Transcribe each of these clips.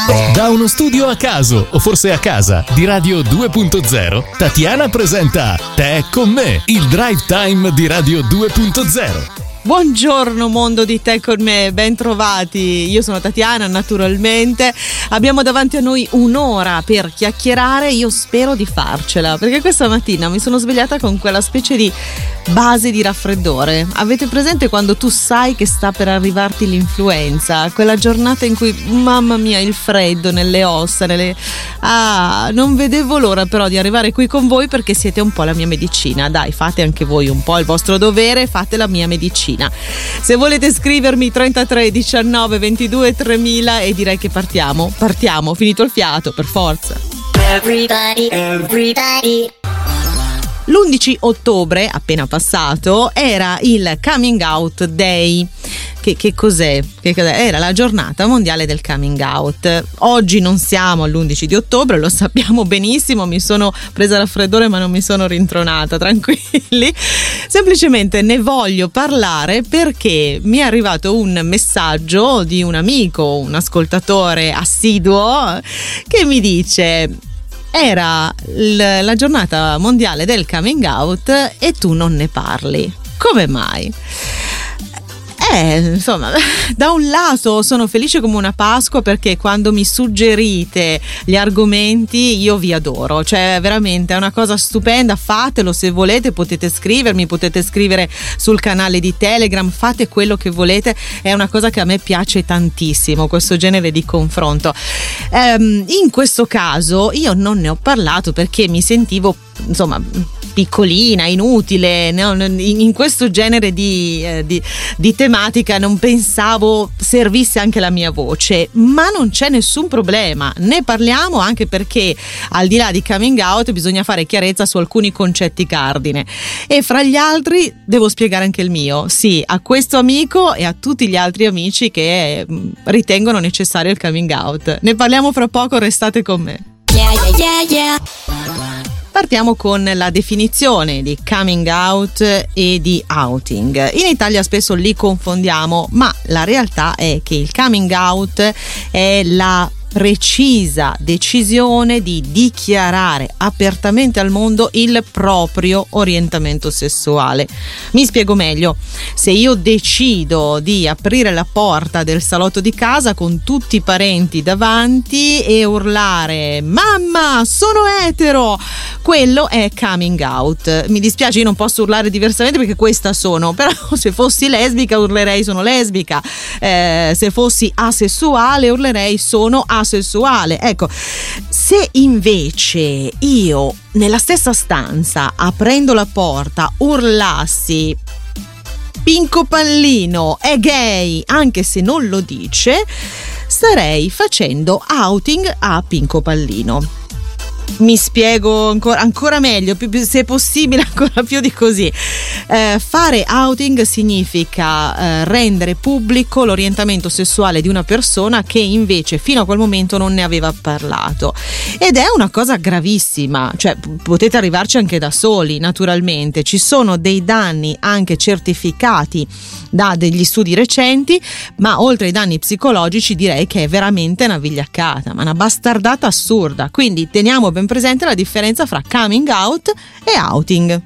Da uno studio a caso, o forse a casa, di Radio 2.0, Tatiana presenta Te con me, il drive time di Radio 2.0. Buongiorno mondo di Te con me, ben trovati. Io sono Tatiana, naturalmente. Abbiamo davanti a noi un'ora per chiacchierare. Io spero di farcela, perché questa mattina mi sono svegliata con quella specie di base di raffreddore. Avete presente quando tu sai che sta per arrivarti l'influenza? Quella giornata in cui, mamma mia, il freddo nelle ossa, non vedevo l'ora però di arrivare qui con voi, perché siete un po' la mia medicina. Dai, fate anche voi un po' il vostro dovere, fate la mia medicina. Se volete scrivermi 33 19 22 3000 e direi che partiamo, finito il fiato, per forza. Everybody. L'11 ottobre, appena passato, era il Coming Out Day. Che cos'è? Era la giornata mondiale del coming out. Oggi non siamo all'11 di ottobre, lo sappiamo benissimo, mi sono presa raffreddore ma non mi sono rintronata, tranquilli. Semplicemente ne voglio parlare perché mi è arrivato un messaggio di un amico, un ascoltatore assiduo, che mi dice: era la giornata mondiale del coming out e tu non ne parli. Come mai? Insomma, da un lato sono felice come una Pasqua, perché quando mi suggerite gli argomenti io vi adoro, cioè veramente è una cosa stupenda. Fatelo se volete, potete scrivermi, potete scrivere sul canale di Telegram, fate quello che volete, è una cosa che a me piace tantissimo, questo genere di confronto. In questo caso io non ne ho parlato perché mi sentivo, insomma, piccolina, inutile, no? In questo genere di tematica non pensavo servisse anche la mia voce, ma non c'è nessun problema, ne parliamo, anche perché al di là di coming out bisogna fare chiarezza su alcuni concetti cardine, e fra gli altri devo spiegare anche il mio, sì, a questo amico e a tutti gli altri amici che ritengono necessario il coming out. Ne parliamo fra poco, restate con me. Yeah. Partiamo con la definizione di coming out e di outing. In Italia spesso li confondiamo, ma la realtà è che il coming out è la precisa decisione di dichiarare apertamente al mondo il proprio orientamento sessuale. Mi spiego meglio: se io decido di aprire la porta del salotto di casa con tutti i parenti davanti e urlare "mamma, sono etero", quello è coming out. Mi dispiace, io non posso urlare diversamente perché questa sono, però se fossi lesbica urlerei "sono lesbica", se fossi asessuale urlerei "sono asessuale". Ecco, se invece io nella stessa stanza, aprendo la porta, urlassi "Pinco Pallino è gay", anche se non lo dice, starei facendo outing a Pinco Pallino. Mi spiego ancora meglio, se possibile ancora più di così. Fare outing significa rendere pubblico l'orientamento sessuale di una persona che invece fino a quel momento non ne aveva parlato, ed è una cosa gravissima, cioè potete arrivarci anche da soli, naturalmente. Ci sono dei danni anche certificati da degli studi recenti, ma oltre ai danni psicologici direi che è veramente una vigliaccata, ma una bastardata assurda. Quindi teniamo ben presente la differenza fra coming out e outing.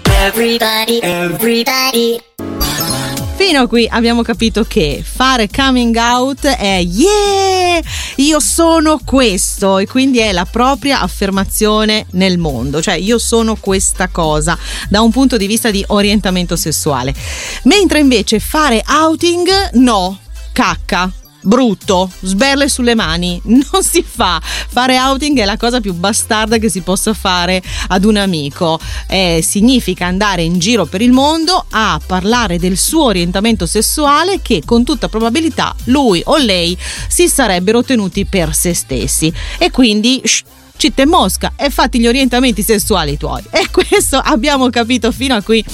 Everybody. Fino a qui abbiamo capito che fare coming out è "yeah, io sono questo", e quindi è la propria affermazione nel mondo, cioè io sono questa cosa da un punto di vista di orientamento sessuale. Mentre invece fare outing, no, cacca, brutto, sberle sulle mani, non si fa. Fare outing è la cosa più bastarda che si possa fare ad un amico. Significa andare in giro per il mondo a parlare del suo orientamento sessuale, che con tutta probabilità lui o lei si sarebbero tenuti per se stessi, e quindi città in Mosca e fatti gli orientamenti sessuali tuoi. E questo abbiamo capito fino a qui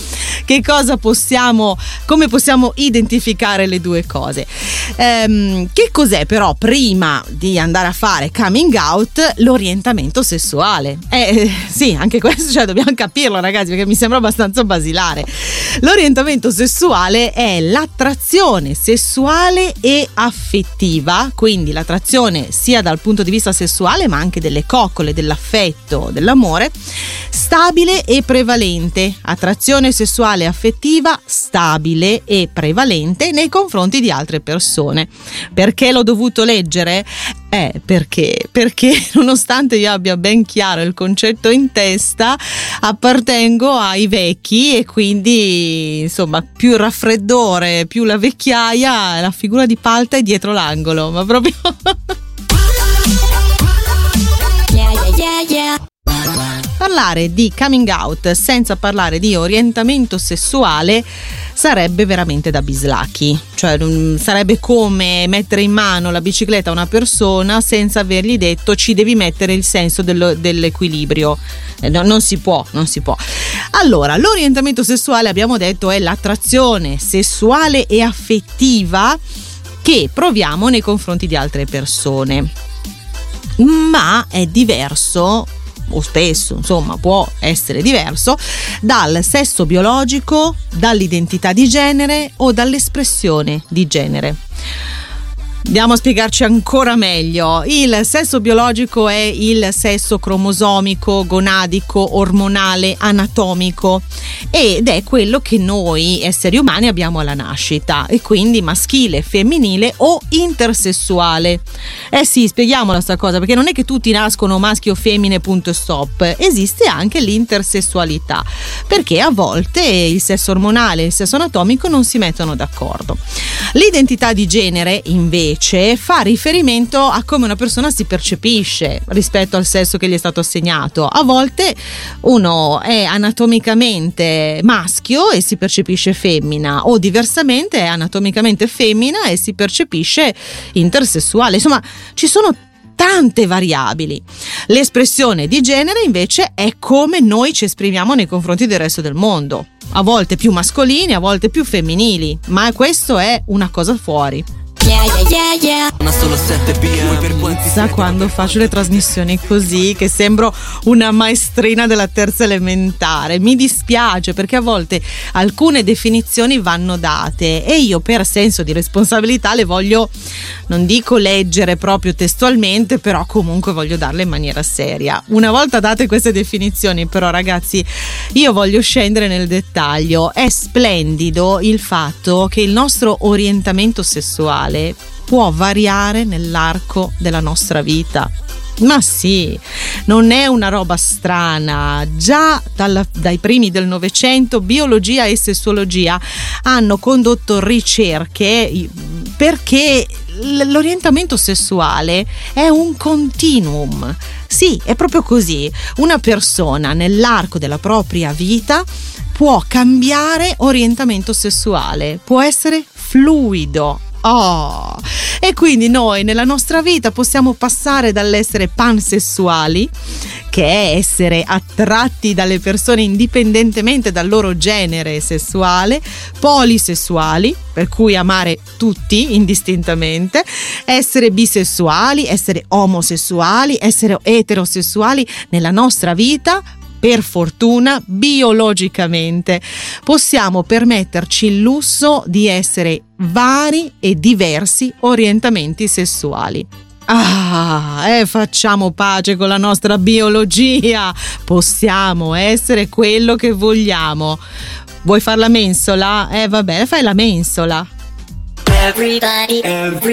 come possiamo identificare le due cose. Che cos'è però, prima di andare a fare coming out, l'orientamento sessuale? Sì, anche questo, cioè, dobbiamo capirlo, ragazzi, perché mi sembra abbastanza basilare. L'orientamento sessuale è l'attrazione sessuale e affettiva, quindi l'attrazione sia dal punto di vista sessuale ma anche delle coccole, dell'affetto, dell'amore, stabile e prevalente. Attrazione sessuale e affettiva stabile e prevalente nei confronti di altre persone. Perché l'ho dovuto leggere? Perché nonostante io abbia ben chiaro il concetto in testa, appartengo ai vecchi e quindi insomma più il raffreddore, più la vecchiaia, la figura di Palta è dietro l'angolo, ma proprio Parlare di coming out senza parlare di orientamento sessuale sarebbe veramente da bislacchi, cioè sarebbe come mettere in mano la bicicletta a una persona senza avergli detto ci devi mettere il senso dell'equilibrio. Non si può. Allora, l'orientamento sessuale, abbiamo detto, è l'attrazione sessuale e affettiva che proviamo nei confronti di altre persone, ma è diverso, o spesso insomma può essere diverso, dal sesso biologico, dall'identità di genere o dall'espressione di genere. Andiamo a spiegarci ancora meglio. Il sesso biologico è il sesso cromosomico, gonadico, ormonale, anatomico ed è quello che noi esseri umani abbiamo alla nascita, e quindi maschile, femminile o intersessuale. Sì, spieghiamola sta cosa, perché non è che tutti nascono maschi o femmine, punto e stop. Esiste anche l'intersessualità, perché a volte il sesso ormonale e il sesso anatomico non si mettono d'accordo. L'identità di genere invece fa riferimento a come una persona si percepisce rispetto al sesso che gli è stato assegnato. A volte uno è anatomicamente maschio e si percepisce femmina, o diversamente è anatomicamente femmina e si percepisce intersessuale. Insomma, ci sono tante variabili. L'espressione di genere invece è come noi ci esprimiamo nei confronti del resto del mondo, a volte più mascolini, a volte più femminili, ma questo è una cosa fuori. Sa quando faccio le trasmissioni così che sembro una maestrina della terza elementare. Mi dispiace, perché a volte alcune definizioni vanno date e io, per senso di responsabilità, le voglio, non dico leggere proprio testualmente, però comunque voglio darle in maniera seria. Una volta date queste definizioni, però, ragazzi, io voglio scendere nel dettaglio. È splendido il fatto che il nostro orientamento sessuale può variare nell'arco della nostra vita. Ma sì, non è una roba strana. Già dai primi del Novecento biologia e sessuologia hanno condotto ricerche, perché l'orientamento sessuale è un continuum. Sì, è proprio così. Una persona nell'arco della propria vita può cambiare orientamento sessuale, può essere fluido. E quindi noi nella nostra vita possiamo passare dall'essere pansessuali, che è essere attratti dalle persone indipendentemente dal loro genere sessuale, polisessuali, per cui amare tutti indistintamente, essere bisessuali, essere omosessuali, essere eterosessuali. Nella nostra vita, per fortuna, biologicamente possiamo permetterci il lusso di essere vari e diversi orientamenti sessuali. Facciamo pace con la nostra biologia. Possiamo essere quello che vogliamo. Vuoi far la mensola? Vabbè, fai la mensola. Everybody.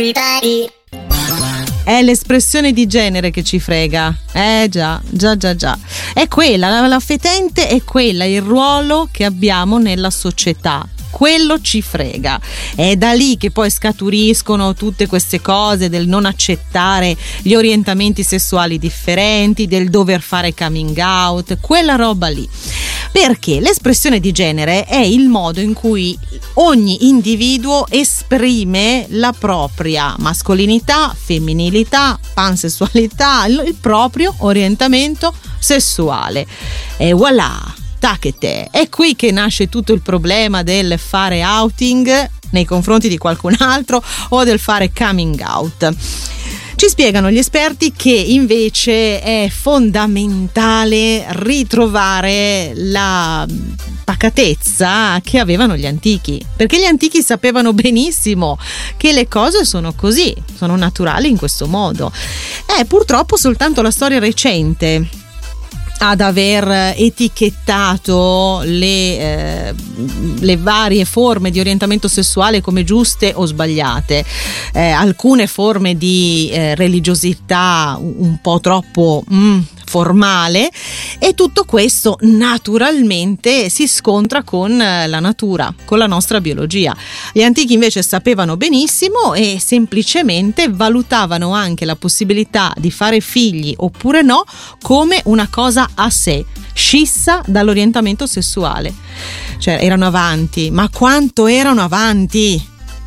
È l'espressione di genere che ci frega. Già. È quella, la fetente è quella, il ruolo che abbiamo nella società. quello ci frega. È da lì che poi scaturiscono tutte queste cose del non accettare gli orientamenti sessuali differenti, del dover fare coming out, quella roba lì. Perché l'espressione di genere è il modo in cui ogni individuo esprime la propria mascolinità, femminilità, pansessualità, il proprio orientamento sessuale. E voilà! Tacchete. È qui che nasce tutto il problema del fare outing nei confronti di qualcun altro o del fare coming out. Ci spiegano gli esperti che invece è fondamentale ritrovare la pacatezza che avevano gli antichi, perché gli antichi sapevano benissimo che le cose sono così, sono naturali in questo modo. È purtroppo soltanto la storia recente ad aver etichettato le varie forme di orientamento sessuale come giuste o sbagliate, alcune forme di religiosità un po' troppo formale, e tutto questo naturalmente si scontra con la natura, con la nostra biologia. Gli antichi invece sapevano benissimo e semplicemente valutavano anche la possibilità di fare figli oppure no come una cosa a sé, scissa dall'orientamento sessuale. Cioè erano avanti, ma quanto erano avanti!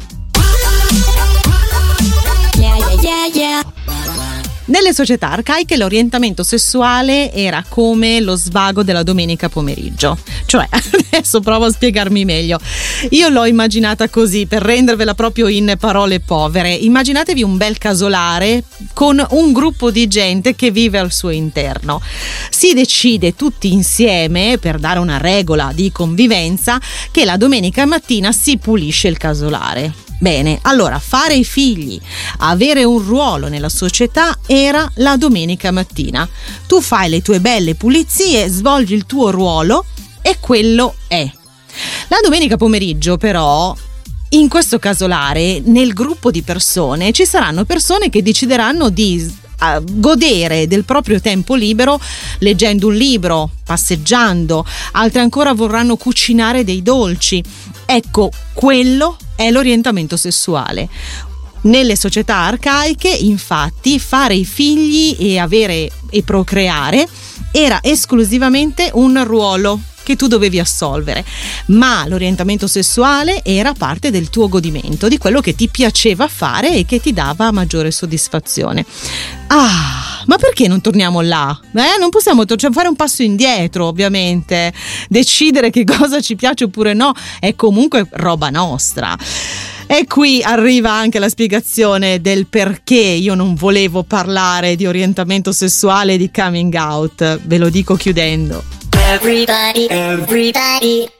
Nelle società arcaiche l'orientamento sessuale era come lo svago della domenica pomeriggio. Cioè, adesso provo a spiegarmi meglio. Io l'ho immaginata così, per rendervela proprio in parole povere. Immaginatevi un bel casolare con un gruppo di gente che vive al suo interno. Si decide tutti insieme, per dare una regola di convivenza, che la domenica mattina si pulisce il casolare. Bene, allora fare i figli, avere un ruolo nella società era la domenica mattina. Tu fai le tue belle pulizie, svolgi il tuo ruolo e quello è. La domenica pomeriggio però, in questo casolare, nel gruppo di persone, ci saranno persone che decideranno di godere del proprio tempo libero leggendo un libro, passeggiando, altre ancora vorranno cucinare dei dolci. Ecco, quello è l'orientamento sessuale. Nelle società arcaiche, infatti, fare i figli e avere e procreare era esclusivamente un ruolo che tu dovevi assolvere, ma l'orientamento sessuale era parte del tuo godimento, di quello che ti piaceva fare e che ti dava maggiore soddisfazione. Ma perché non torniamo là? Non possiamo fare un passo indietro, ovviamente. Decidere che cosa ci piace oppure no è comunque roba nostra. E qui arriva anche la spiegazione del perché io non volevo parlare di orientamento sessuale e di coming out. Ve lo dico chiudendo. Everybody